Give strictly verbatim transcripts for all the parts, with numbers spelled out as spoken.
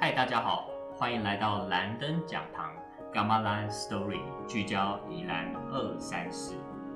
嗨，大家好，欢迎来到蓝灯讲堂 Gamelan Story， 聚焦宜兰二三事。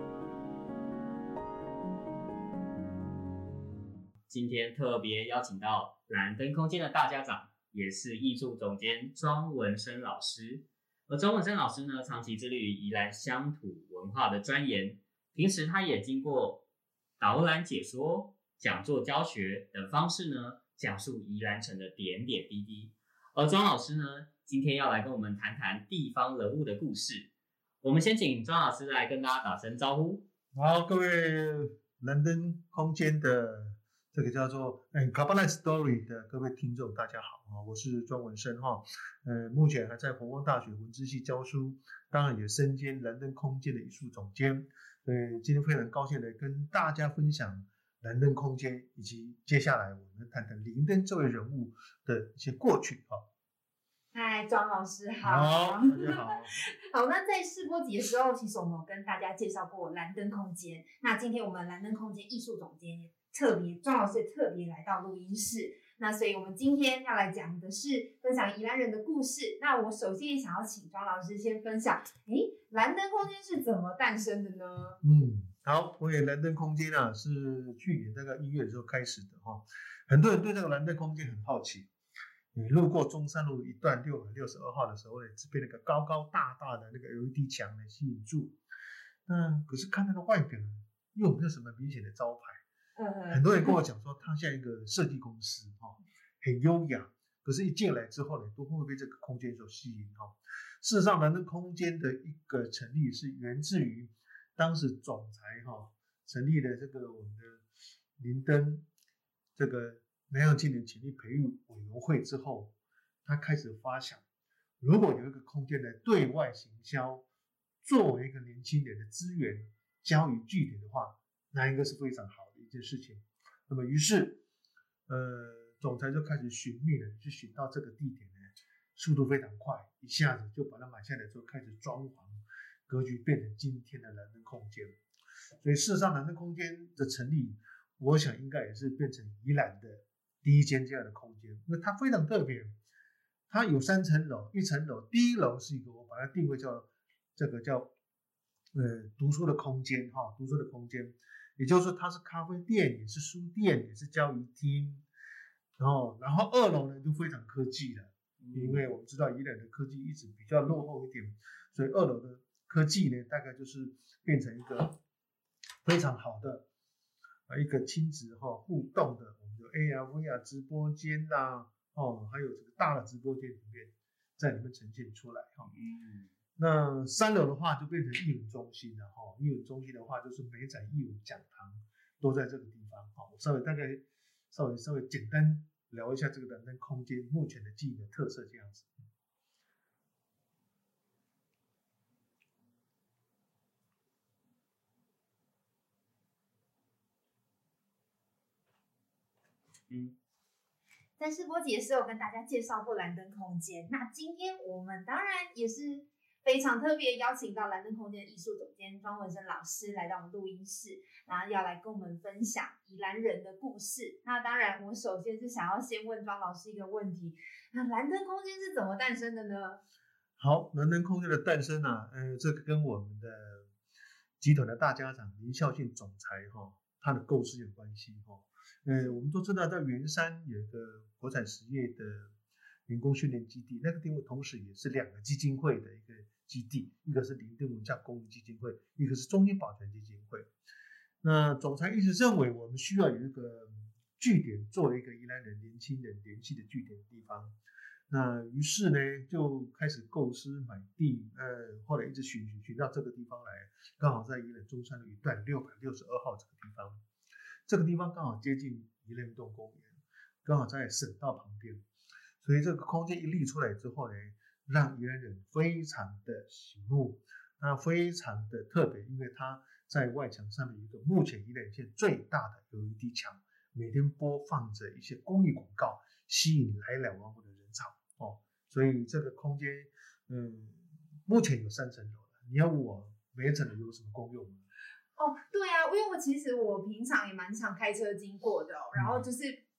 今天特别邀请到蓝灯空间的大家长，也是艺术总监庄文生老师。而庄文生老师呢，长期致力于宜兰乡土文化的钻研，平时他也经过导览解说、讲座教学等方式呢，讲述宜兰城的点点滴滴。而庄老师呢，今天要来跟我们谈谈地方人物的故事。我们先请庄老师来跟大家打声招呼。 好，各位蓝灯空间的这个叫做嗯 Gamelan Story 的各位听众，大家好，我是庄文生哈。呃，目前还在佛光大学文资系教书，当然也身兼蓝灯空间的艺术总监。所以今天非常高兴的跟大家分享蓝灯空间，以及接下来我们谈谈林登这位人物的一些过去哈。 嗨，庄老师好。 好，大家好。 好，那在试播集的时候，其实我们有跟大家介绍过蓝灯空间。那今天我们蓝灯空间艺术总监也特别，庄老师也特别来到录音室。那所以我们今天要来讲的是分享宜兰人的故事。那我首先想要请庄老师先分享，诶，蓝灯空间是怎么诞生的呢？ 嗯，好，我也蓝灯空间啊，是去年大概一月的时候开始的哈。很多人对这个蓝灯空间很好奇。你路过中山路一段六百六十二号的时候呢，是被那个高高大大的那个 L E D 墙呢吸引住。那可是看它的外表又没有什么明显的招牌。 嗯， 很多人跟我讲说，它像一个设计公司哈，很优雅。可是，一进来之后呢，都会被这个空间所吸引哈。事实上，蓝灯空间的一个成立是源自于当时总裁哈成立了这个我们的林登这个南洋青年潜力培育委员会之后，他开始发想，如果有一个空间的对外行销，作为一个年轻人的资源交于据点的话，那应该是非常好的一件事情。那么，于是，呃，总裁就开始寻觅了，去寻到这个地点呢，速度非常快，一下子就把它买下来之后，开始装潢，格局变成今天的蓝灯空间。所以，事实上，蓝灯空间的成立，我想应该也是变成宜兰的第一间这样的空间，因为它非常特别。它有三层楼，一层楼第一楼是一个我把它定位叫这个叫呃读书的空间哈，读书的空间，也就是说它是咖啡店，也是书店，也是教育厅。然后，然后二楼呢就非常科技了，因为我们知道宜兰的科技一直比较落后一点，所以二楼的科技呢大概就是变成一个非常好的一个亲子哈互动的，我们有 A R V R 直播间啦，哦，还有这个大的直播间里面在里面呈现出来哈。嗯，那三楼的话就变成艺文中心了哈，艺文中心的话就是美展艺文讲堂都在这个地方哈。我稍微大概稍微稍微简单聊一下这个蓝灯空间目前的记忆的特色这样子。 嗯，在试播集的时候跟大家介绍过蓝灯空间，那今天我们当然也是非常特别邀请到蓝灯空间的艺术总监庄文生老师来到我们录音室，然后要来跟我们分享宜兰人的故事。那当然我首先是想要先问庄老师一个问题，那蓝灯空间是怎么诞生的呢？ 好，蓝灯空间的诞生啊，呃，这个跟我们的集团的大家长林孝信总裁哈，他的构思有关系哈。呃，我们都知道在圆山有一个国产实业的员工训练基地，那个地方同时也是两个基金会的一个基地，一个是林登文教公益基金会，一个是中英保全基金会。那总裁一直认为我们需要有一个据点，作为一个宜兰人年轻人联系的据点的地方。那于是呢，就开始构思买地，呃，后来一直寻寻寻到这个地方来，刚好在宜兰中山路一段六百六十二号这个地方。这个地方刚好接近宜兰运动公园，刚好在省道旁边，所以这个空间一立出来之后呢，让宜兰人非常的醒目，那非常的特别，因为它在外墙上面有一个目前宜兰县最大的 L E D 墙，每天播放着一些公益广告，吸引来来往往的人潮哦。所以这个空间，嗯，目前有三层楼了。你要问我每一层楼有什么功用吗？ 哦，对啊，因为我其实我平常也蛮常开车经过的、哦，然后就是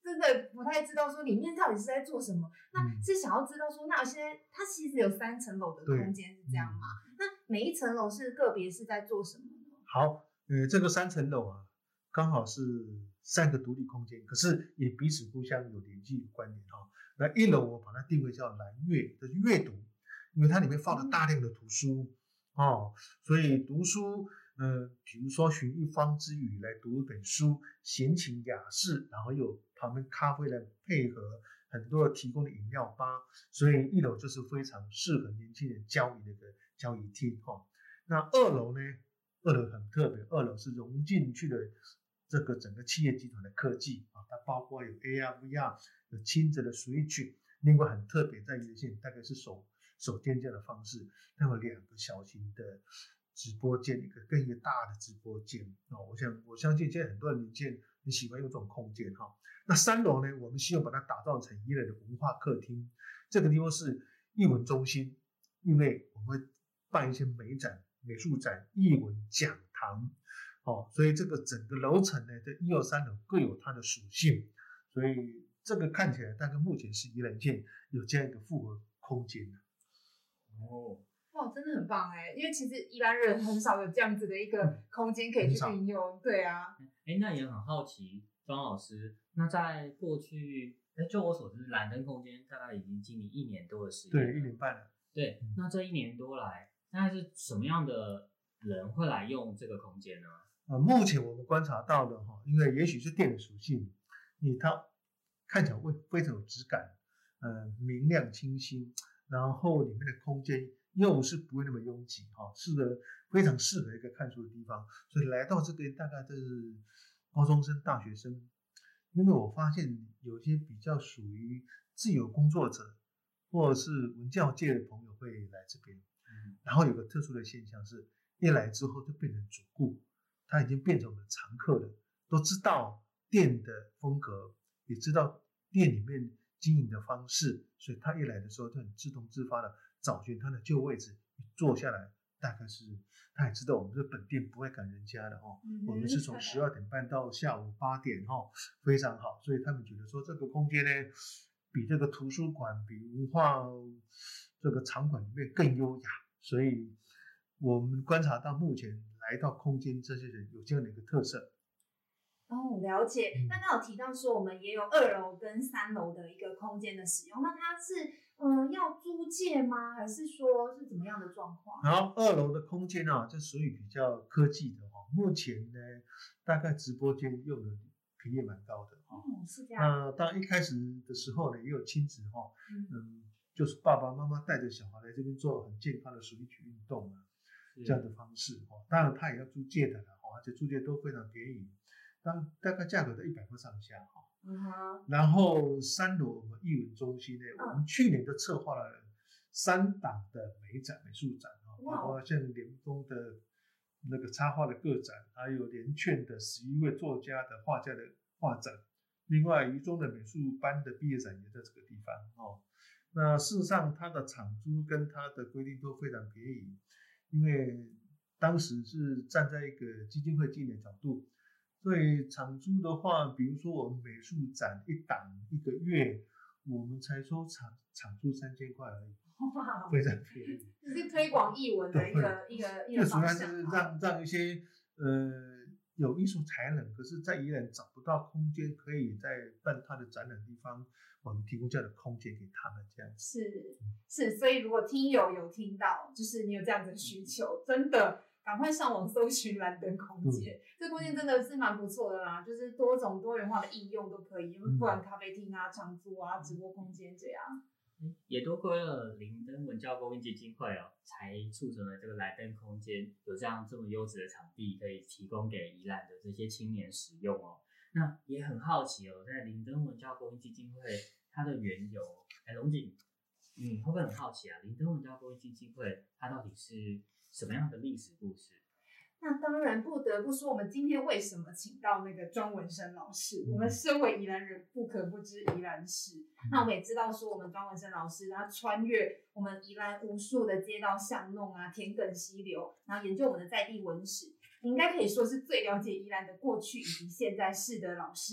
真的不太知道说里面到底是在做什么。那是想要知道说，那有些它其实有三层楼的空间是这样吗？那每一层楼是个别是在做什么呢？ 好，呃，这个三层楼啊，刚好是三个独立空间，可是也彼此互相有联系有关联哈。那一楼我把它定位叫蓝阅，就是阅读，因为它里面放了大量的图书哦，所以读书。呃，比如说寻一方之语来读一本书，闲情雅致，然后有旁边咖啡来配合，很多提供的饮料吧，所以一楼就是非常适合年轻人交易的一个交易厅哈。那二楼呢？二楼很特别，二楼是融进去的这个整个企业集团的科技啊，它包括有 A R、V R， 有亲子的 Switch， 另外很特别在沿线大概是手手电这样的方式，它有两个小型的直播间，一个更一个大的直播间啊、哦，我想我相信现在很多人年轻人很喜欢用这种空间哈、哦。那三楼呢，我们希望把它打造成宜兰的文化客厅，这个地方是艺文中心，因为我们会办一些美展、美术展、艺文讲堂，哦，所以这个整个楼层呢，这一二三楼各有它的属性，所以这个看起来大概目前是宜兰县有这样一个复合空间的。 哦。哇，真的很棒哎！因为其实宜兰人很少有这样子的一个空间可以去运用，对啊。 哎，那也很好奇，庄老师，那在过去，哎，就我所知，蓝灯空间大概已经经营一年多的时间， 对，一年半了。 对，那这一年多来，大概是什么样的人会来用这个空间呢？ 呃，目前我们观察到的哈，因为也许是电的属性，你它看起来会非常有质感，呃，明亮清新，然后里面的空间又是不会那么拥挤哈，适合非常适合一个看书的地方，所以来到这边大概都是高中生、大学生，因为我发现有些比较属于自由工作者或者是文教界的朋友会来这边，嗯，然后有个特殊的现象是，一来之后就变成主顾，他已经变成我们常客了，都知道店的风格，也知道店里面经营的方式，所以他一来的时候就很自动自发的找寻他的旧位置坐下来，大概是他也知道我们这本店不会赶人家的哦，嗯、我们是从十二点半到下午八点哈、哦，非常好，所以他们觉得说这个空间呢，比这个图书馆、比文化这个场馆里面更优雅，所以我们观察到目前来到空间这些人有这样的一个特色。 哦，了解。那刚好提到说我们也有二楼跟三楼的一个空间的使用，那它是嗯、呃、要租借吗？还是说是怎么样的状况？ 然后二楼的空间啊，就属于比较科技的哈、哦。目前呢，大概直播间用的频率蛮高的哈、哦。 嗯，是这样。 那当一开始的时候呢，也有亲子哈、哦，嗯, 嗯，就是爸爸妈妈带着小孩来这边做很健康的水体运动啊，这样的方式哈、哦。当然他也要租借的了哈，而且租借都非常便宜。当大概价格在一百块上下哈，嗯哼。然后三楼我们艺文中心呢，嗯、我们去年就策划了三档的美展、美术展哈，包括像联丰的那个插画的个展，还有联券的十一位作家的画家的画展，另外余中的美术班的毕业展也在这个地方哦。那事实上它的场租跟它的规定都非常便宜，因为当时是站在一个基金会经理的角度。所以场租的话，比如说我们美术展一档一个月，我们才收场场租三千块而已，非常便宜。 这是推广艺文的一个一个一个方向。 最主要就是让让一些呃有艺术才能，可是在宜兰找不到空间可以在办他的展览的地方，我们提供这样的空间给他们，这样子。 是是，所以如果听友有听到，就是你有这样子的需求，真的。赶快上网搜寻蓝灯空间，嗯、这空间真的是蛮不错的啦，就是多种多元化的应用都可以，不管咖啡厅啊、长租啊、直播空间这样。 也多亏了灵灯文教公益基金会哦，才促成了这个蓝灯空间有这样这么优质的场地，可以提供给宜兰的这些青年使用哦。那也很好奇哦，在灵灯文教公益基金会它的缘由，哎，龙井，你会不会很好奇啊？灵灯文教公益基金会它到底是什么样的历史故事？ 那当然不得不说，我们今天为什么请到那个庄文生老师？我们身为宜兰人，不可不知宜兰史。嗯、那我们也知道说，我们庄文生老师他穿越我们宜兰无数的街道巷弄啊、田埂溪流，然后研究我们的在地文史，你应该可以说是最了解宜兰的过去以及现在式的老师。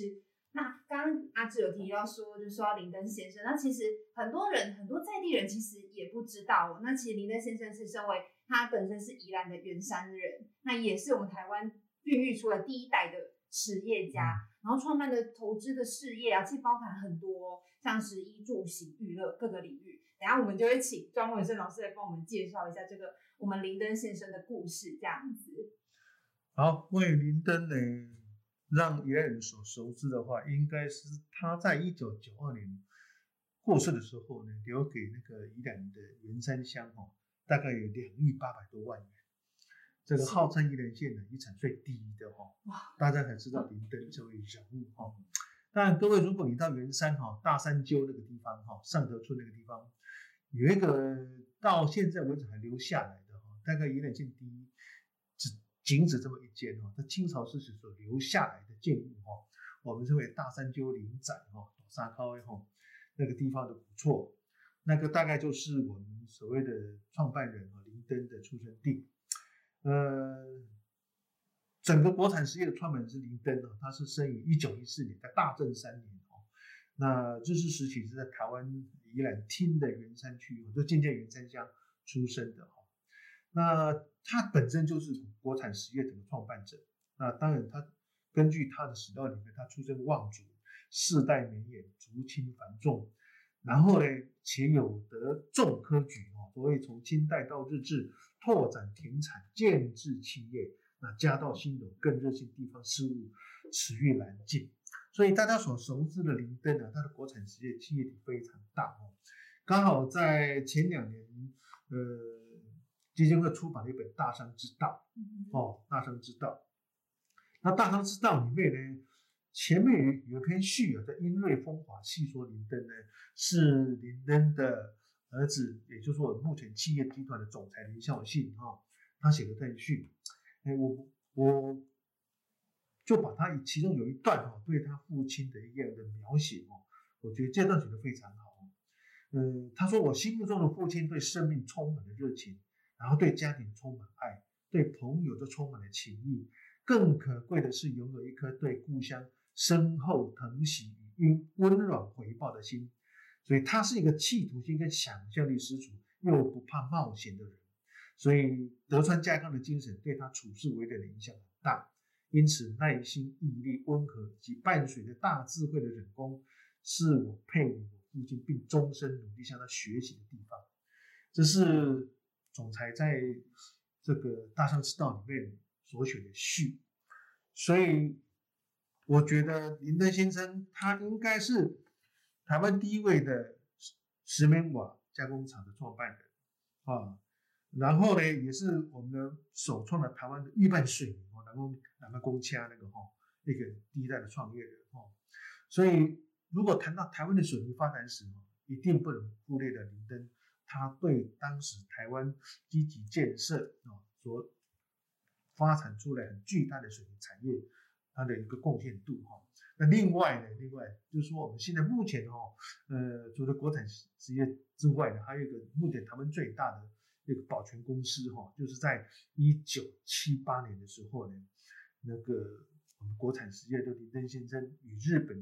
那刚刚阿志有提到说，就是说到林登先生，那其实很多人很多在地人其实也不知道哦。那其实林登先生是身为他本身是宜兰的原山人，那也是我们台湾孕育出了第一代的实业家，然后创办的投资的事业啊，其实包含很多、哦，像是衣住行娱乐各个领域。等一下我们就会请庄文生老师来帮我们介绍一下这个我们林登先生的故事，这样子。 好，关于林登呢，让宜兰人所熟知的话，应该是他在一九九二年过世的时候呢，留给那个宜兰的员山乡哦，大概有两亿八百多万元。这个号称宜兰县的遗产最低的哈、哦，大家才知道林登这位人物哈、哦。当然，各位如果你到圆山哈、大山丘那个地方哈、上德村那个地方，有一个到现在为止还留下来的哈，大概宜兰县第一只仅止这么一间哈，它清朝时期所留下来的建物哈，我们称为大山丘林宅哈，沙高哈那个地方的古厝，那个大概就是我们所谓的创办人哈林登的出生地。呃，整个国产实业的创办人是林登哦，他是生于一九一四年，在大正三年哦。那日治时期是在台湾宜兰厅的圆山区，就渐渐圆山乡出生的哈。那他本身就是国产实业的创办者。那当然，他根据他的史料里面，他出身望族，世代绵延，族亲繁重，然后呢，且有得重科举哦，所以从清代到日治。拓展田产，建制企业，那家道兴隆，更热心地方事务，齿欲难尽。所以大家所熟知的林登啊，他的国产实业企业体非常大哦。刚好在前两年，呃，基金会出版了一本《大商之道》哦，《大商之道》。那《大商之道》里面呢，前面有有一篇序啊，叫《英瑞风华》，细说林登呢是林登的儿子，也就是我目前企业集团的总裁林孝信哈、哦，他写的这序，哎，我我就把他其中有一段哈、哦，对他父亲的一样的描写哦，我觉得这段写的非常好。嗯，他说我心目中的父亲对生命充满了热情，然后对家庭充满爱，对朋友都充满了情谊，更可贵的是拥有一颗对故乡深厚疼惜与温暖回报的心。所以他是一个企图心跟想象力十足又不怕冒险的人，所以德川家康的精神对他处事为人的影响很大，因此耐心、毅力、温和及伴随着大智慧的忍功，是我佩服我父亲并终身努力向他学习的地方。这是总裁在这个大商之道里面所写的序，所以我觉得林登先生他应该是台湾第一位的石棉瓦加工厂的创办人啊，然后呢，也是我们的首创的台湾的预拌水泥哦，然后南门公掐那个哈、哦，一个第一代的创业人哦，所以如果谈到台湾的水泥发展史哦，一定不能忽略了林登他对当时台湾积极建设哦所发展出来很巨大的水泥产业，它的一个贡献度哈、哦。那另外呢，另外就是说，我们现在目前哦，呃，除了国产实业之外呢，还有一个目前台湾最大的一个保全公司哈、哦，就是在一九七八年的时候呢，那个我们国产实业的林登先生与日本的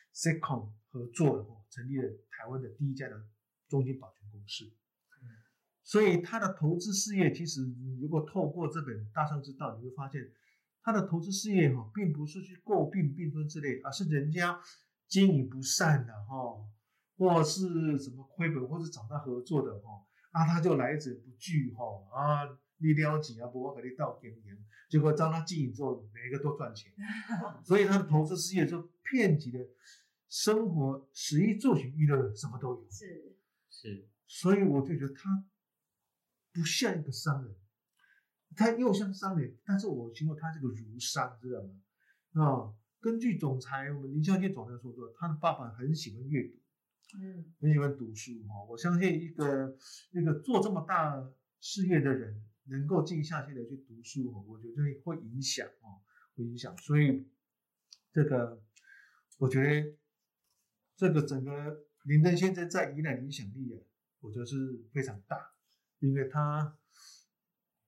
Secon 合作哦，成立了台湾的第一家的中金保全公司。所以他的投资事业，其实如果透过这本《大商之道》，你会发现。他的投资事业哈，并不是去诟病并吞之类，而是人家经营不善的哈，或是什么亏本，或是找他合作的哈，啊他就来者不拒哈，啊你了解啊，不我给你倒经营，结果当他经营之后，每一个都赚钱，所以他的投资事业就遍及了生活、食衣住行娱乐，什么都有。 是是， 所以我就觉得他不像一个商人。他又像商人，但是我形容他这个儒商，知道吗？啊，根据总裁我们林孝谦总裁说的，他的爸爸很喜欢阅读， 嗯， 很喜欢读书哈。我相信一个一个做这么大事业的人，能够静下心来去读书，我觉得会影响哦，会影响。所以这个我觉得这个整个林登先生在宜兰影响力啊，我觉得是非常大，因为他。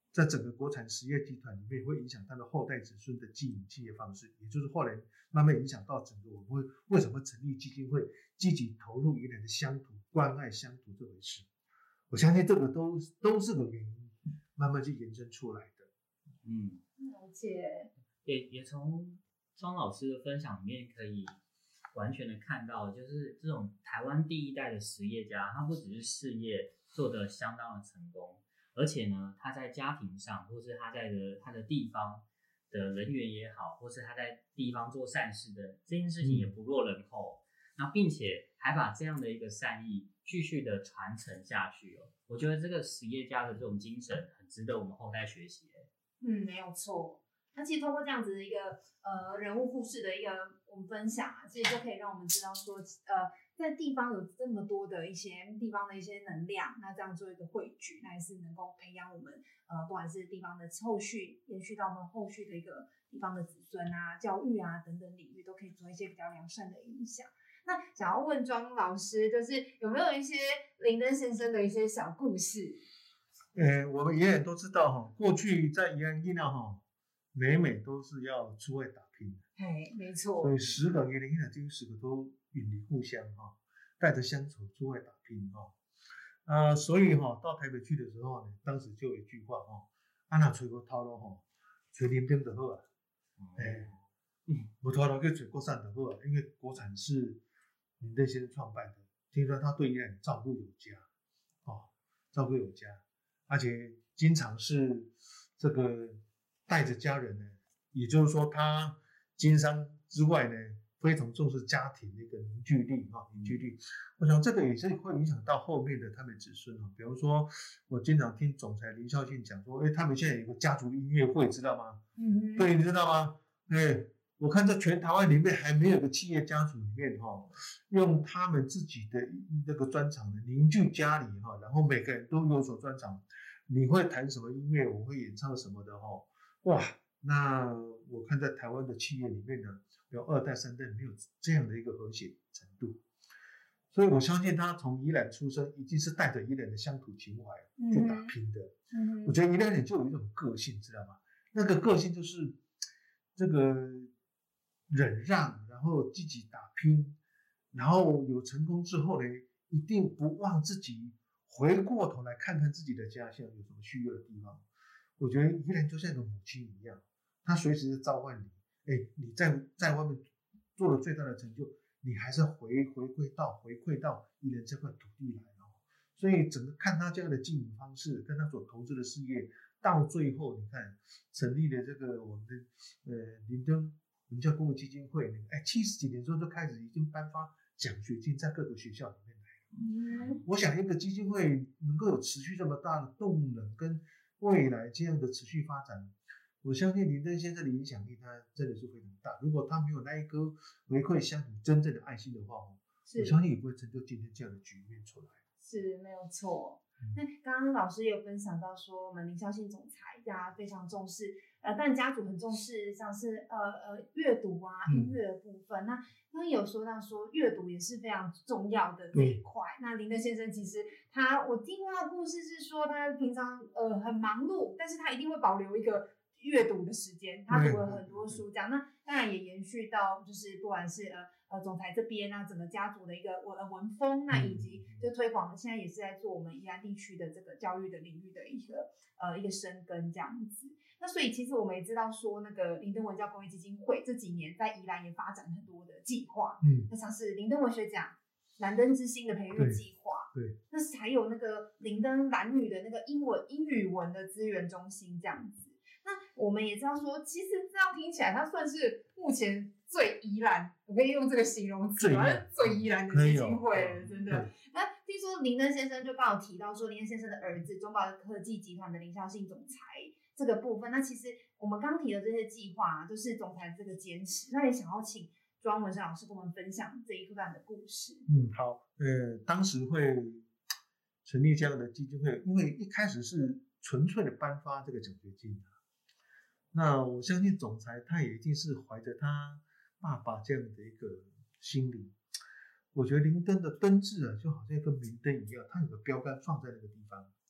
在整个国产实业集团里面会影响他的后代子孙的经营企业方式，也就是后来慢慢影响到整个我们会为什么成立基金会，积极投入宜兰的乡土，关爱乡土这回事。我相信这个都都是个原因，慢慢去延伸出来的。 嗯， 了解。 也也从庄老师的分享里面可以完全的看到，就是这种台湾第一代的实业家，他不只是事业做得相当的成功，而且呢，他在家庭上，或是他在的他的地方的人员也好，或是他在地方做善事的这件事情也不落人后，那、嗯、并且还把这样的一个善意继续的传承下去哦。我觉得这个实业家的这种精神很值得我们后代学习。 嗯，没有错。那其实通过这样子的一个呃人物故事的一个我们分享啊，其实就可以让我们知道说，呃，在地方有这么多的一些地方的一些能量，那这样做一个汇聚，那也是能够培养我们呃不管是地方的后续延续到我们后续的一个地方的子孙啊、教育啊等等领域，都可以做一些比较良善的影响。那想要问庄老师，就是有没有一些林登先生的一些小故事？ 呃，我们爷爷都知道哈，过去在宜兰囡哈。每每都是要出外打拼的， 哎，没错。 所以十个原来现在这十个都远离故乡哈，带着乡愁出外打拼哈。啊，所以哈到台北去的时候呢，当时就有一句话哈，啊那找个头路哈，找林登就好啊。哎，嗯，无头路去找国产就好啊，因为国产是林登先生创办的，听说他对宜兰照顾有加，哦，照顾有加，而且经常是这个。带着家人呢，也就是说，他经商之外呢，非常重视家庭的一个凝聚力哈，凝聚力。我想这个也是会影响到后面的他们子孙哈。比如说，我经常听总裁林孝信讲说，哎，他们现在有个家族音乐会，知道吗？嗯，对，你知道吗？哎，我看在全台湾里面还没有个企业家族里面哈，用他们自己的那个专长的凝聚家里哈，然后每个人都有所专长。你会弹什么音乐，我会演唱什么的哈。哇，那我看在台湾的企业里面呢，有二代三代没有这样的一个和谐程度，所以我相信他从宜兰出生，一定是带着宜兰的乡土情怀去打拼的。嗯，我觉得宜兰人就有一种个性，知道吗？那个个性就是这个忍让，然后积极打拼，然后有成功之后呢，一定不忘自己回过头来看看自己的家乡有什么需要的地方。我觉得宜兰就像个母亲一样，她随时召唤你。哎，你在在外面做了最大的成就，你还是回回馈到回馈到宜兰这块土地来哦。所以整个看他这样的经营方式，跟他所投资的事业，到最后你看成立了这个我们的呃林登文教公益基金会，哎，七十几年之后就开始已经颁发奖学金在各个学校里面来了。嗯，我想一个基金会能够有持续这么大的动能跟未来这样的持续发展，我相信林登先生的影响力，他真的是非常大。如果他没有那一颗回馈乡土真正的爱心的话，我相信也不会成就今天这样的局面出来。 是没有错。那刚刚老师也有分享到说，我们林孝信总裁大家非常重视，呃，但家族很重视像是呃呃阅读啊、音乐的部分。嗯、那刚刚有说到说阅读也是非常重要的这一块。那林登先生其实他，我听过的故事是说，他平常呃很忙碌，但是他一定会保留一个阅读的时间，他读了很多书，这样。那当然也延续到就是不管是呃。呃，总裁这边啊，整个家族的一个文文风，那以及就推广的，现在也是在做我们宜兰地区的这个教育的领域的一个呃一个深耕这样子。那所以其实我们也知道说，那个林登文教公益基金会这几年在宜兰也发展很多的计划，嗯，那像是林登文学奖、蓝灯之星的培育计划， 对， 那还有那个林登蓝女的那个英文英语文的资源中心这样子。那我们也知道说，其实这样听起来，它算是目前最宜兰，我可以用这个形容词，好像最宜兰的基金会了，真的。那听说林登先生就刚好提到说，林登先生的儿子中保科技集团的林孝信总裁这个部分。那其实我们刚提的这些计划、啊，都是总裁这个坚持。那也想要请庄文生老师跟我们分享这一段的故事。 嗯，好，呃，当时会成立这样的基金会，因为一开始是纯粹的颁发这个奖学金的。那我相信总裁他也一定是怀着他爸爸这样的一个心理。我觉得林登的登字啊，就好像一个明灯一样，它有个标杆放在那个地方。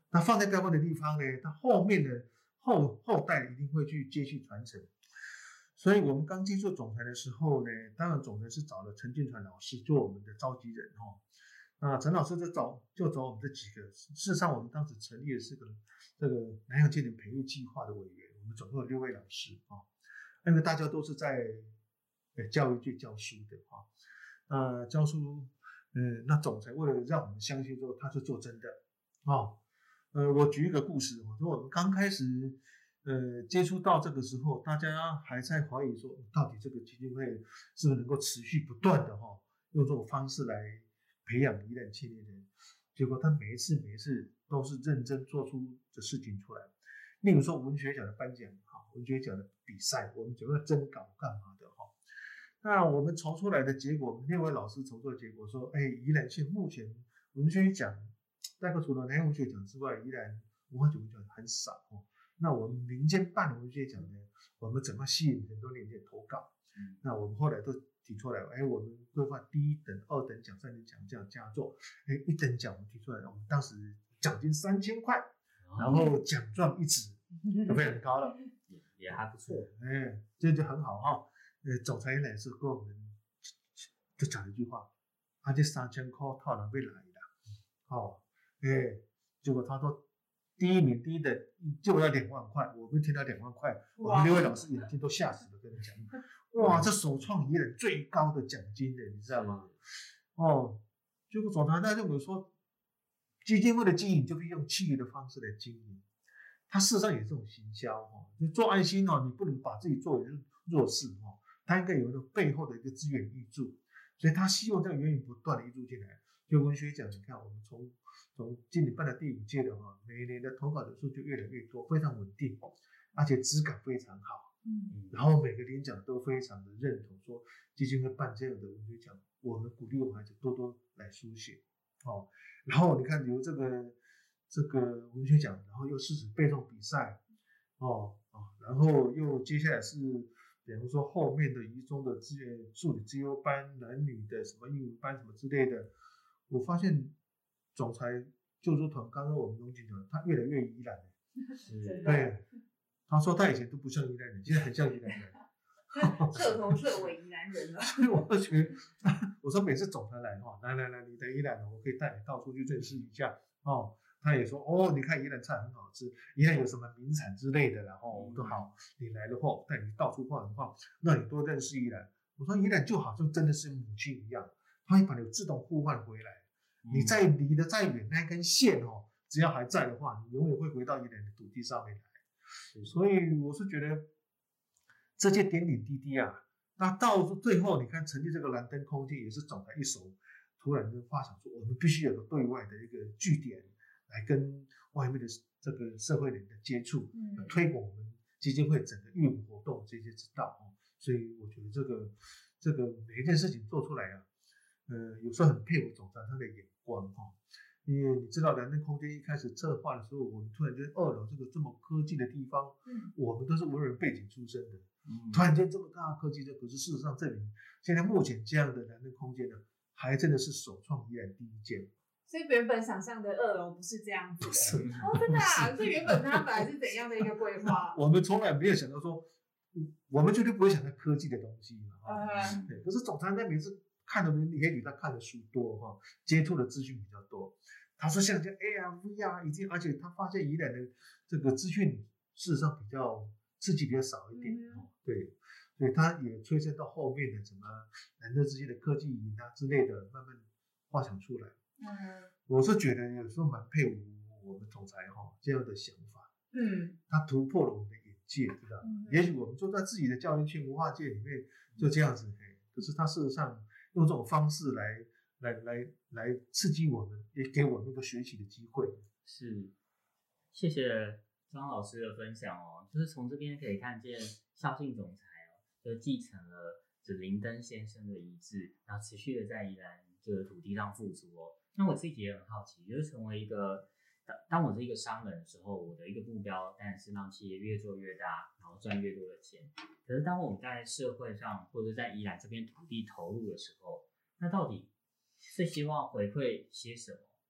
那放在该放的地方呢，它后面的后后代一定会去接续传承。所以我们刚接触总裁的时候呢，当然总裁是找了陈进传老师做我们的召集人哈。那陈老师就找就找我们这几个，事实上我们当时成立的是个这个南洋青年培育计划的委员，我们总共有六位老师啊，因为大家都是在呃教育界教书的哈。那教书，嗯，那总裁为了让我们相信之后，他就做真的哦。呃，我举一个故事，我说我们刚开始。呃，接触到这个时候，大家还在怀疑说，到底这个基金会是不是能够持续不断的哈、哦，用这种方式来培养宜兰青年人？结果他每一次每一次都是认真做出的事情出来。例如说文学奖的颁奖，哈，文学奖的比赛，我们总要征稿干嘛的哈？那我们筹出来的结果，我们六位老师筹出的结果说，哎，宜兰县目前文学奖大概除了南洋文学奖之外，宜兰文化奖很少哦。那我们民间办的文学奖呢，我们怎么吸引很多年轻人投稿？嗯，那我们后来都提出来，哎，我们规划第一等、二等奖、三等奖这样佳作，哎，一等奖我们提出来，我们当时奖金三千块，然后奖状一纸，就非常高了， 也也还不错， 哎，这就很好哈。呃，总裁来是跟我们就讲一句话，啊，这三千块套人被来的，哦，哎，结果他说。第一名，第一的就要两万块，我们听到两万块，我们六位老师眼睛都吓死了，跟你讲，哇，这首创宜人最高的奖金的，你知道吗？哦，结果总裁他认为说，基金会的经营就可以用企业的方式来经营，他事实上也是这种行销哈，就做爱心哦，你不能把自己作为弱势哈，他应该有一个背后的一个资源挹注，所以他希望这样源源不断的挹注进来。就文学奖，你看我们从从今年办的第五届的哈，每年的投稿人数就越来越多，非常稳定，而且质感非常好。嗯，然后每个领奖都非常的认同，说基金会办这样的文学奖，我们鼓励我们孩子多多来书写。哦，然后你看由这个这个文学奖，然后又是指背诵比赛，哦哦，然后又接下来是。比如说后面的宜中的资源数理资优班、男女的什么英文班什么之类的，我发现总裁救助团刚刚我们龙井讲，他越来越宜兰了。对，他说他以前都不像宜兰人，现在很像宜兰人， 彻头彻尾宜兰人了。 所以我觉得，我说每次总裁来哈，来来来，你的宜兰，我可以带你到处去认识一下哦。他也说哦，你看宜兰菜很好吃，宜兰有什么名产之类的，然后我们都好，你来的话带你到处晃一晃，让你多认识宜兰。我说宜兰就好像真的是母亲一样，它会把你自动呼唤回来。你再离得再远，那根线哦，只要还在的话，你永远会回到宜兰的土地上面来。所以我是觉得这些点点滴滴啊，那到最后你看成立这个蓝灯空间，也是总裁一手突然就发想说，我们必须有个对外的一个据点。来跟外面的这个社会人的接触，嗯、推广我们基金会整个业务活动这些之道哦，所以我觉得这个这个每一件事情做出来啊，呃，有时候很佩服总裁他的眼光哈、哦，因为你知道蓝灯空间一开始策划的时候，我们突然间二楼这个这么科技的地方，嗯，我们都是文人背景出身的，嗯，突然间这么大的科技的，可是事实上证明现在目前这样的蓝灯空间呢，还真的是首创宜兰第一件。 所以原本想象的二楼不是这样子的， 是哦，真的啊！所以原本它本来是怎样的一个规划？ 我们从来没有想到说，我们绝对不会想到科技的东西嘛。嗯，对。可是总裁那每次看的，也许他看的书多哈，接触的资讯比较多。他说像这 A R V R 已经，而且他发现宜兰的这个资讯事实上比较刺激比较少一点，嗯、对。所以他也催生到后面的什么南德之间的科技营啊之类的，慢慢发想出来。嗯，我是觉得有时候蛮佩服我们总裁哈这样的想法，嗯，他突破了我们的眼界，知道？嗯、也许我们就在自己的教育圈、文化界里面就这样子，嘿，可是他事实上用这种方式来来来来刺激我们，也给我们一个学习的机会。 是，谢谢张老师的分享哦，就是从这边可以看见孝信总裁哦，就继承了指林登先生的遗志，然后持续的在宜兰这个土地上付出哦。那我自己也很好奇，就是成为一个当当我是一个商人的时候，我的一个目标当然是让企业越做越大，然后赚越多的钱。可是当我们在社会上或者在宜兰这边土地投入的时候，那到底是希望回馈些什么？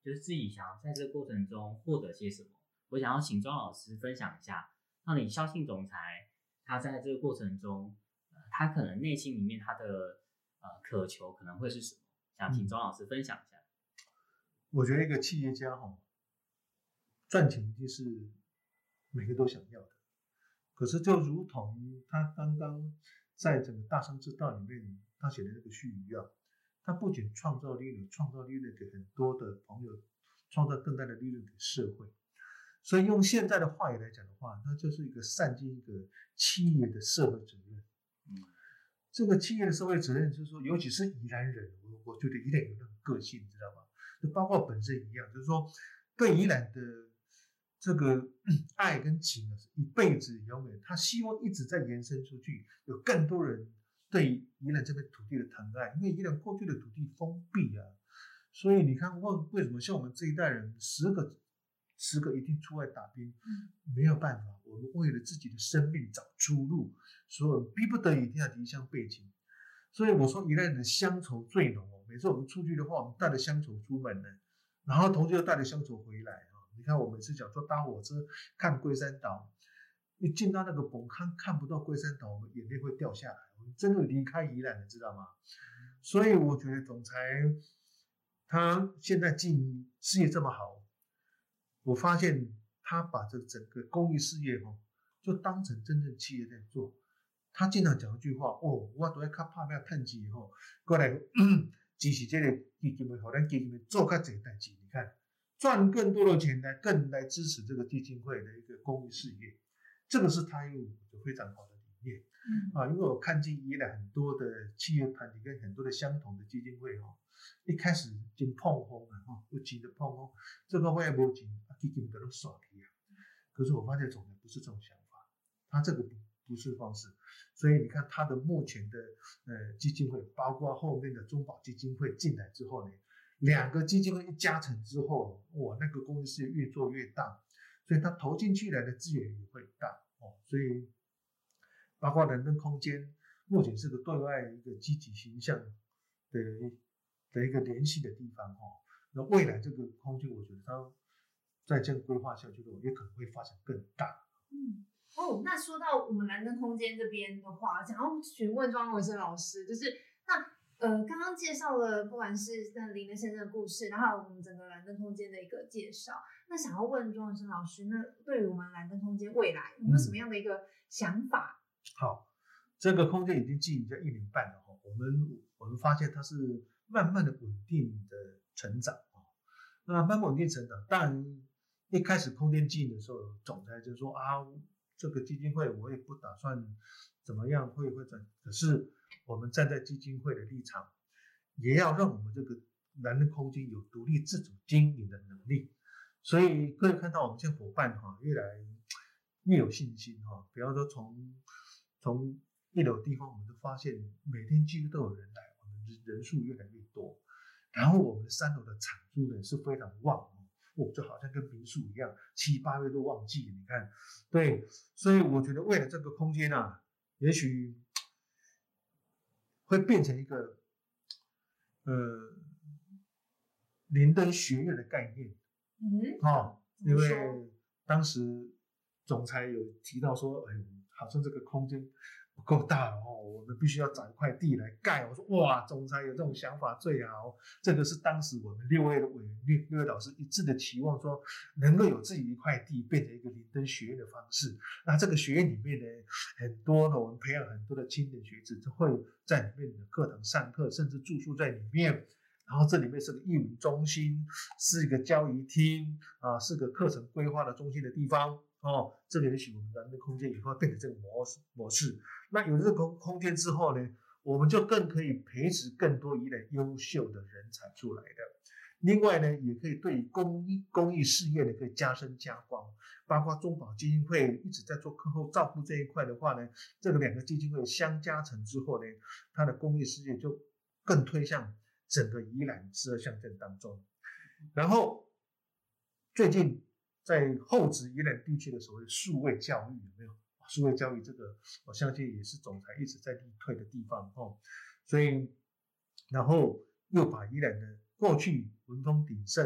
就是自己想要在这个过程中获得些什么。我想要请庄老师分享一下，那你肖姓总裁他在这个过程中，呃、他可能内心里面他的呃渴求可能会是什么？想请庄老师分享一下。 我觉得一个企业家哈，赚钱一定是每个都想要的，可是就如同他刚刚在整个大商之道里面他写的那个序一样，他不仅创造利润，创造利润给很多的朋友，创造更大的利润给社会。所以用现在的话语来讲的话，它就是一个善尽一个企业的社会责任。嗯，这个企业的社会责任就是说，尤其是宜兰人，我我觉得宜兰有那种个性，你知道吗？就包括本身一样，就是说对宜兰的这个爱跟情是一辈子永远，他希望一直在延伸出去，有更多人对宜兰这片土地的疼爱，因为宜兰过去的土地封闭啊，所以你看为为什么像我们这一代人十个。十个一定出外打拼，没有办法，我们为了自己的生命找出路，所以逼不得已一定要离乡背井。所以我说宜兰人的乡愁最浓哦。每次我们出去的话，我们带着乡愁出门呢，然后同时又带着乡愁回来啊。你看我每次讲坐搭火车看龟山岛，一进到那个崩坑看不到龟山岛，我们眼泪会掉下来，我们真的离开宜兰了，知道吗？所以我觉得总裁他现在经营事业这么好。我发现他把这整个公益事业哦，就当成真正企业在做。他经常讲一句话哦，我都要靠拍票趁钱吼，过来支持这个基金会，让咱基金会做较侪代志。你看，赚更多的钱来更来支持这个基金会的一个公益事业，这个是他有非常好的理念。嗯啊，因为我看见宜兰很多的企业团体跟很多的相同的基金会哦。一开始真碰风啊，哈，有钱就碰风，这个我也没钱，基金都都耍去啊。可是我发现总裁不是这种想法，他这个不不是方式，所以你看他的目前的呃基金会，包括后面的中保基金会进来之后呢，两个基金会一加成之后，哇，那个公司是越做越大，所以他投进去来的资源也会大哦，所以包括人跟空间，目前是个对外一个积极形象的。的一个联系的地方哦，那未来这个空间，我觉得它再这样规划下去的话，也可能会发展更大。 嗯，哦，那说到我们蓝灯空间这边的话，想要询问庄文生老师，就是那呃，刚刚介绍了不管是那林德先生的故事，然后我们整个蓝灯空间的一个介绍，那想要问庄文生老师，那对于我们蓝灯空间未来有没有什么样的一个想法？ 嗯、好，这个空间已经经营在一年半了哈，我们我们发现它是。慢慢的稳定的成长啊，那慢慢稳定成长，当然一开始空间经营的时候，总裁就说啊，这个基金会我也不打算怎么样会会转，可是我们站在基金会的立场，也要让我们这个蓝灯空间有独立自主经营的能力，所以各位看到我们现在伙伴哈越来越有信心哈，比方说从从一楼地方，我们都发现每天几乎都有人来。人数越来越多，然后我们的三楼的产出呢是非常旺哦，就好像跟民宿一样，七八月都旺季，你看，对，所以我觉得为了这个空间啊，也许会变成一个呃灵灯学院的概念，嗯，哦，因为当时总裁有提到说，哎，好像这个空间。不够大哦，我们必须要找一块地来盖。我说哇，总裁有这种想法最好。这个是当时我们六位的委员、六六位老师一致的期望，说能够有自己一块地，变成一个灵灯学院的方式。那这个学院里面呢，很多呢，我们培养很多的青年学子，就会在里面的课堂上课，甚至住宿在里面。然后这里面是个艺文中心，是一个交易厅啊，是个课程规划的中心的地方。哦，这个也许我们蓝灯空间以后变成这个模式模式。那有这个空空间之后呢，我们就更可以培植更多宜兰优秀的人才出来的。另外呢，也可以对公益公益事业呢可以加深加光，包括中保基金会一直在做课后照顾这一块的话呢，这个两个基金会相加成之后呢，它的公益事业就更推向整个宜兰十二乡镇当中。然后最近。在后职宜兰地区的所谓数位教育有没有？数位教育这个，我相信也是总裁一直在力推的地方哦。所以，然后又把宜兰的过去文风鼎盛、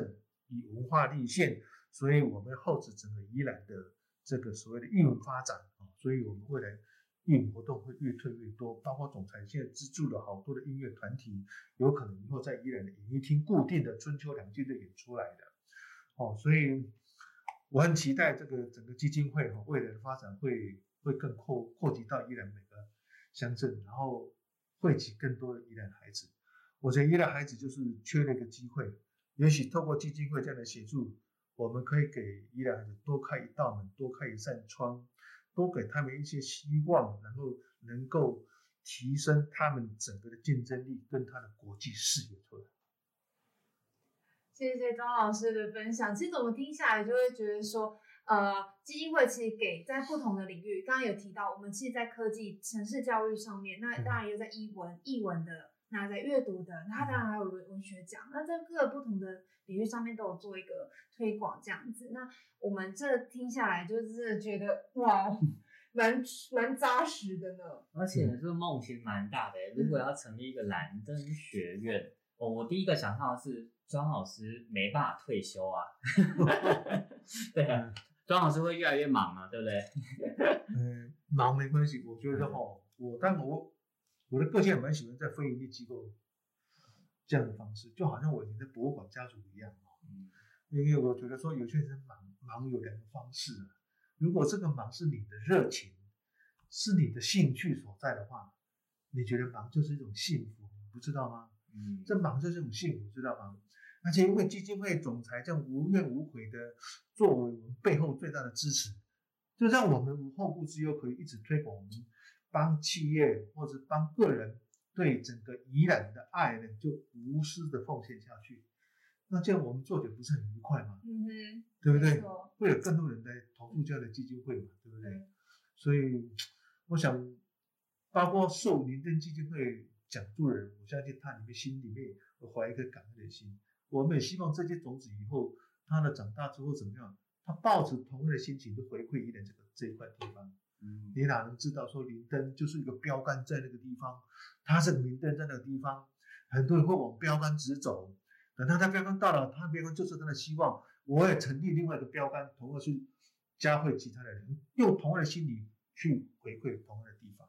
以文化立县，所以我们厚植整个宜兰的这个所谓的艺文发展啊，所以我们未来艺文活动会越推越多，包括总裁现在资助了好多的音乐团体，有可能以后在宜兰的演艺厅固定的春秋两季的演出来的，哦，所以我很期待这个整个基金会哈未来的发展会会更扩扩及到宜兰每个乡镇，然后汇集更多的宜兰孩子。我觉得宜兰孩子就是缺了一个机会，也许透过基金会这样的协助，我们可以给宜兰孩子多开一道门，多开一扇窗，多给他们一些希望，然后能够提升他们整个的竞争力跟他的国际视野出来。 谢谢庄老师的分享。其实我们听下来就会觉得说，呃，基金会其实给在不同的领域，刚刚有提到，我们其实在科技、城市教育上面，那当然也在译文、译文的，那在阅读的，那当然还有文学奖，那在各个不同的领域上面都有做一个推广这样子。那我们这听下来，就真的觉得哇，蛮蛮扎实的呢。 而且这个梦其实蛮大的，如果要成立一个蓝灯学院，哦，我第一个想到的是庄老师没办法退休啊，对啊，庄老师会越来越忙啊，对不对？ 嗯，忙没关系，我觉得哈，我当然我我的个性也蛮喜欢在非营利机构这样的方式，就好像我以前在博物馆家族一样哦，嗯，因为我觉得说有些人忙忙有两个方式啊，如果这个忙是你的热情，是你的兴趣所在的话，你觉得忙就是一种幸福，你不知道吗？嗯，这忙就是一种幸福，知道吗？而且因为基金会总裁这样无怨无悔的作为我们背后最大的支持，就让我们无后顾之忧，可以一直推广我们帮企业或者帮个人对整个宜兰的爱呢，就无私的奉献下去。那这样我们做的不是很愉快吗？嗯哼，对不对？会有更多人来投入这样的基金会嘛，对不对？嗯、所以我想，包括受林登基金会讲助人，我相信他里面心里面会怀一颗感恩的心。我们也希望这些种子以后，他的长大之后怎么样？他抱着同样的心情，就回馈宜兰这个这一块地方。嗯，你哪能知道说林登就是一个标杆在那个地方，他是个明灯在那个地方，很多人会往标杆直走。等他的标杆到了，他的标杆就是他的希望。我也成立另外一个标杆，同样去加惠其他的人，用同样的心理去回馈同样的地方。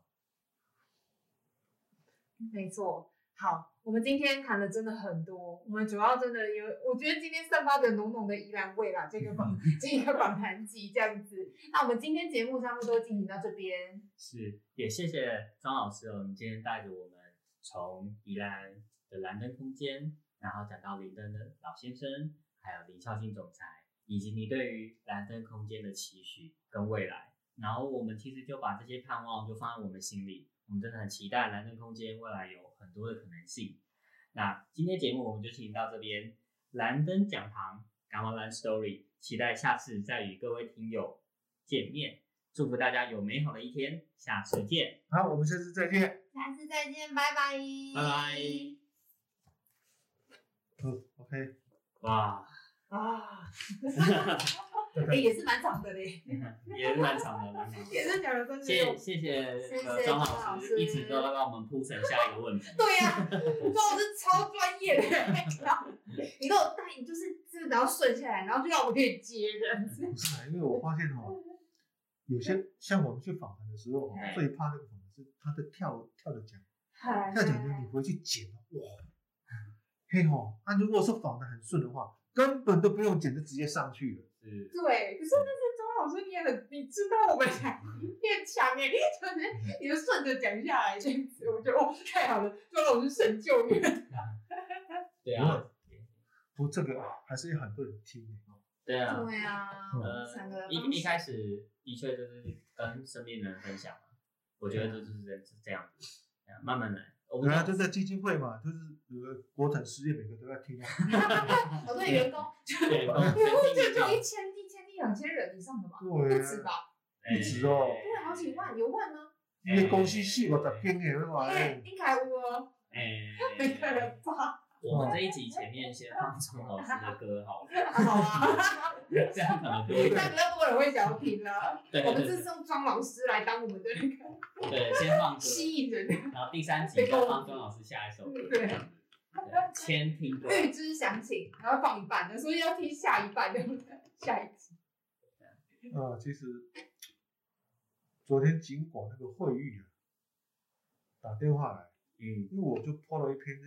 没错。好，我们今天谈的真的很多，我们主要真的有，我觉得今天散发着浓浓的宜兰味啦，这个访这个访谈集这样子。那我们今天节目差不多进行到这边， 是也谢谢庄老师哦，你今天带着我们从宜兰的蓝灯空间，然后讲到林登的老先生，还有林孝信总裁，以及你对于蓝灯空间的期许跟未来，然后我们其实就把这些盼望就放在我们心里。我们真的很期待蓝灯空间未来有很多的可能性。那今天节目我们就进行到这边，蓝灯讲堂 Gamma Land Story， 期待下次再与各位听友见面。祝福大家有美好的一天，下次见。 好，我们下次再见。 下次再见，拜拜。 拜拜。 嗯 ，OK。 哇啊。哎、欸，也是蛮长的嘞， 也是蛮长的，蛮长的。 也是讲了真的。 谢谢谢呃庄老师，一直都要让我们铺成下一个问题。 对呀、啊，庄老师超专业的，然后你给我带，你就是就是然后顺下来，然后就让我可以接人。 不是啊，因为我发现哦，有些像我们去访谈的时候，最怕那个访谈是他的跳跳着讲，跳讲呢，你回去剪哇，嘿吼，那、啊、如果是访的很顺的话，根本都不用剪，就直接上去了。 对，可是那些庄老师你也很，你知道我们才变强哎，就是你就顺着讲下来这样子，我觉得哦太好了，庄老师神救援。 对啊， 不过这个还是有很多人听的。 对啊， 对啊， 呃，一一开始的确就是跟身边人分享嘛，我觉得这就是是这样子，慢慢来。 对啊，就在基金会嘛，就是呃国产事业每个都要听啊。 好多员工， 对， 我就就一千一千一两千人以上的嘛， 对， 不止吧？ 不止哦， 对，好几万，有万呢。 你公司四五十间的话， 哎，应该有哦。 哎， 那个人吧。 我们这一集前面先放钟老师的歌好了， 好啊， 这样可能会， 这样比较多人会想要听了。 对， 我们这是用庄老师来当我们的那个， 对，先放歌， 吸引人， 然后第三集再放庄老师下一首歌。 对， 对先听过， 预知详情，然后放一半的，所以要听下一半，对不对？下一集。 啊，其实昨天尽管那个会议啊打电话来， 嗯， 因为我就 po 了一篇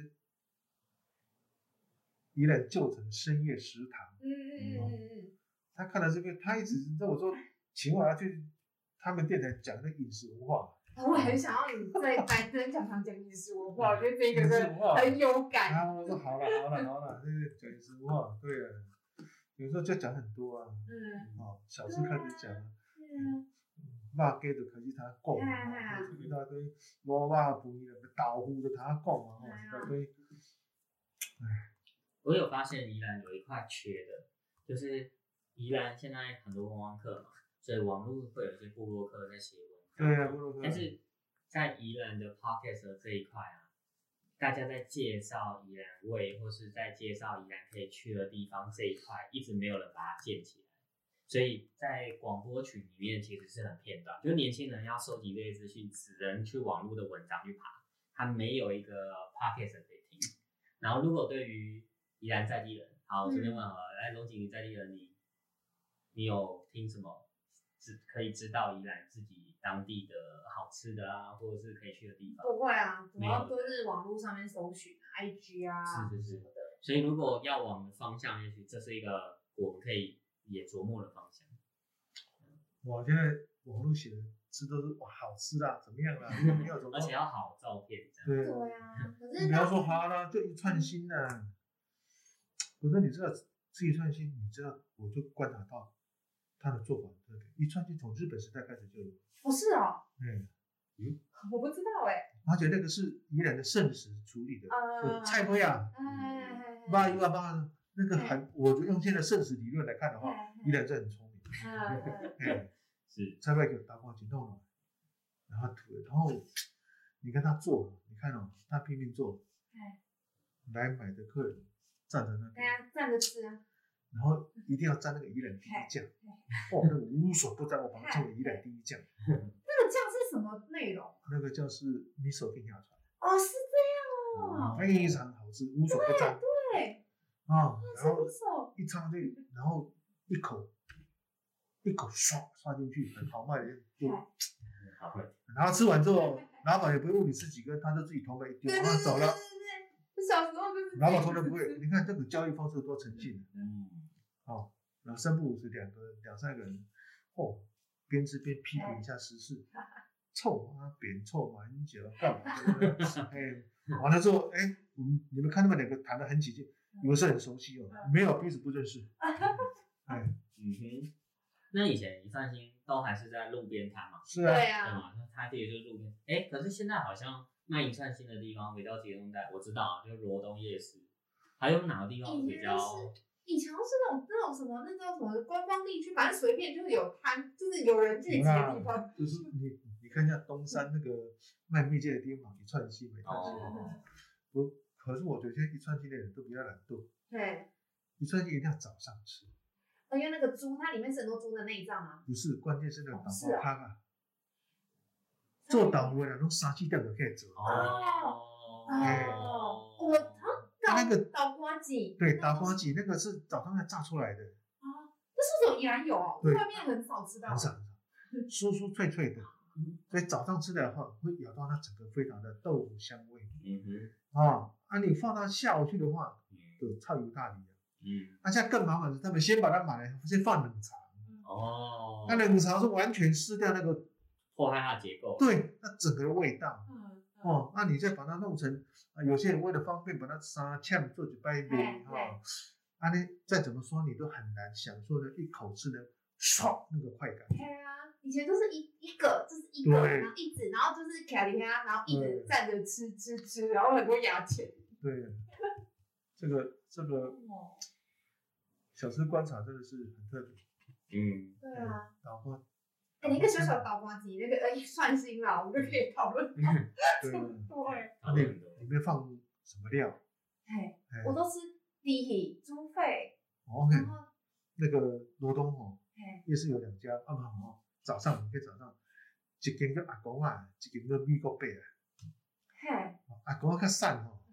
宜兰旧城深夜食堂， 嗯嗯嗯嗯嗯。 他看了这边，他一直跟我说，请我要去他们电台讲那饮食文化。 我很想要你在男生讲堂讲饮食文化，我觉得这个是很有感。 啊，我说好了好了好了，这个讲饮食文化，对了，有时候就讲很多啊。 嗯。 哦，小吃开始讲了。 嗯。 肉鸡就开始他讲，一大堆卤肉饭了，豆腐就他讲嘛，吼，一大堆。唉， 我有发现宜兰有一块缺的，就是宜兰现在很多观光客嘛，所以网络会有一些部落客在写文。 对啊，部落客。 但是在宜兰的 podcast 这一块啊，大家在介绍宜兰味或是在介绍宜兰可以去的地方这一块，一直没有人把它建起来。所以在广播群里面其实是很片段，就是年轻人要收集这些资讯，只能去网络的文章去爬，他没有一个 podcast 可以听。然后如果对于宜兰在地人，好，我这边问好了，来龙井你在地人，你你有听什么只可以知道宜兰自己当地的好吃的啊，或者是可以去的地方？ 不会啊，主要都是网络上面搜寻 I G 啊， 是是是什么的。 所以如果要往的方向，也许这是一个我们可以也琢磨的方向。 我现在网络写的吃都是哇好吃啦，怎么样啦，没有什么， 而且要好照片。 对对啊，可是你不要说好啦，就一串心啦。我说你知道吃一串心，你知道我就观察到他的做法很特别。一串心从日本时代开始就有。 不是哦。 嗯嗯， 我不知道哎。 而且那个是宜兰的剩食处理的， 呃， 菜龟啊，八一万八那个很，我就用现在剩食理论来看的话，宜兰是很聪明。嗯， 是菜龟给打光去弄了，然后涂，然后你看他做，你看哦，他拼命做，来买的客人站在那边， 对啊，站着吃啊。 然后一定要蘸那个宜兰第一酱，哦，那个无所不沾，我把它称为宜兰第一酱。 那个酱是什么内容？ 那个叫是米手跟下船。 哦，是这样哦。 非常好吃，无所不沾。 对。 啊，然后一插进去，然后一口一口刷刷进去，很豪迈的就， 好会。 然后吃完之后，老板也不会问你吃几根，他就自己投了一丢，然后走了。 对对对，小时候就是。 老板从来不会，你看这个交易方式多诚信。 嗯。 哦，然后三不五时两个两三个人，哦，边吃边批评一下时事，臭啊扁臭马英九干嘛？哎，完了之后，哎，我们你们看他们两个谈得很起劲。以为是很熟悉哦，没有彼此不认识。哎， 嗯哼，那以前一串心都还是在路边摊嘛？ 是啊， 对啊， 对嘛？那他这也就是路边。哎，可是现在好像卖一串心的地方比较集中在，我知道啊，就是罗东夜市。还有哪个地方比较？ 以前是那种那种什么，那叫什么观光地区，反正随便就是有摊，就是有人聚集的地方。 就是你你看一下东山那个卖蜜饯的地方，一串心，一串心。不。可是我觉得现在一串心的人都比较懒惰。 对， 一串心一定要早上吃。 因为那个猪，它里面是很多猪的内脏啊。 不是，关键是那个导播汤啊。做导播的都三四点就可以做。 哦哦，我啊， 那个导播鸡。 对，导播鸡那个是早上要炸出来的。 啊，那是不是宜兰有哦？外面很少吃到。 很少很少，酥酥脆脆的。所以早上吃的话，会咬到它整个非常的豆腐香味。 嗯哼。 啊，啊，你放到下午去的话，就超油大理啊。 嗯。 那现在更麻烦是，他们先把它买来，先放冷藏。 哦。 那冷藏是完全失掉那个破坏它的结构。 对，那整个味道。 嗯。 哦，那你再把它弄成，啊，有些人为了方便把它杀炝做几掰饼哈，啊，你再怎么说你都很难享受的一口吃的唰那个快感。 对啊。以前都是一一个，就是一个，然后一直，然后就是卡里哈，然后一直站着吃吃吃，然后很多牙签。 对，这个这个小吃观察真的是很特别。 嗯， 对啊。 导播， 哎，你一个小小导播机，那个呃串心啦，我们就可以讨论到。 对， 对。 里里面放什么料？ 哎，我都吃猪血、猪肺。 OK，那个罗东哦，夜市有两家，啊不哦。早上，你可以早上，一间叫阿公啊，一间叫美国伯啊。 嘿。 阿公较瘦吼，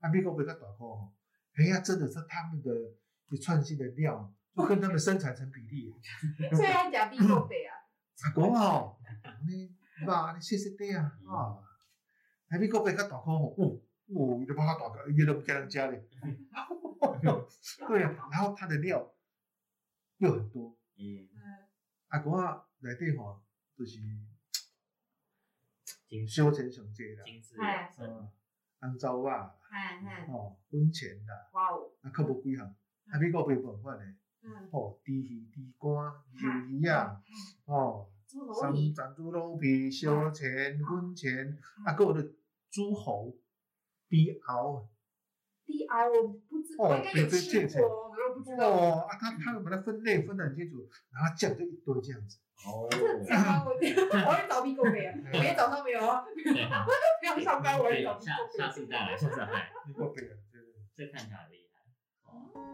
啊，美国贝跟大块吼，哎呀，真的是他们的一串性的料，就跟他们生产成比例。 所以要讲美国贝啊。 阿公哦，你爸你谢谢爹啊啊！啊，美国贝跟大块吼，哦哦，你把它大个，伊都不给人家嘞。对啊，然后它的料又很多。 嗯， 阿公啊，内底吼就是精小钱上济啦， 精致养生， 红糟肉啦， 嗯嗯， 哦，粉钱啦， 哇哦， 啊，佫无几项。啊，美国贝饭款嘞， 嗯， 哦，猪鱼、猪肝、鱿鱼啊，哦，三猪头皮， 珍珠卤皮、小钱、粉钱，啊，佫有咧猪喉、猪喉。 低熬我不知， 哦我应该有吃过，我又不知道。 哦，啊，他他们把它分类分得很清楚，然后酱就一堆这样子。 哦， 这样我我会找米狗贝啊，每天早上没有啊， 对哈， 不要上班我会找米下狗贝。 下次再来，下次再来， 米狗贝啊，对对。 这看起来很厉害。哦。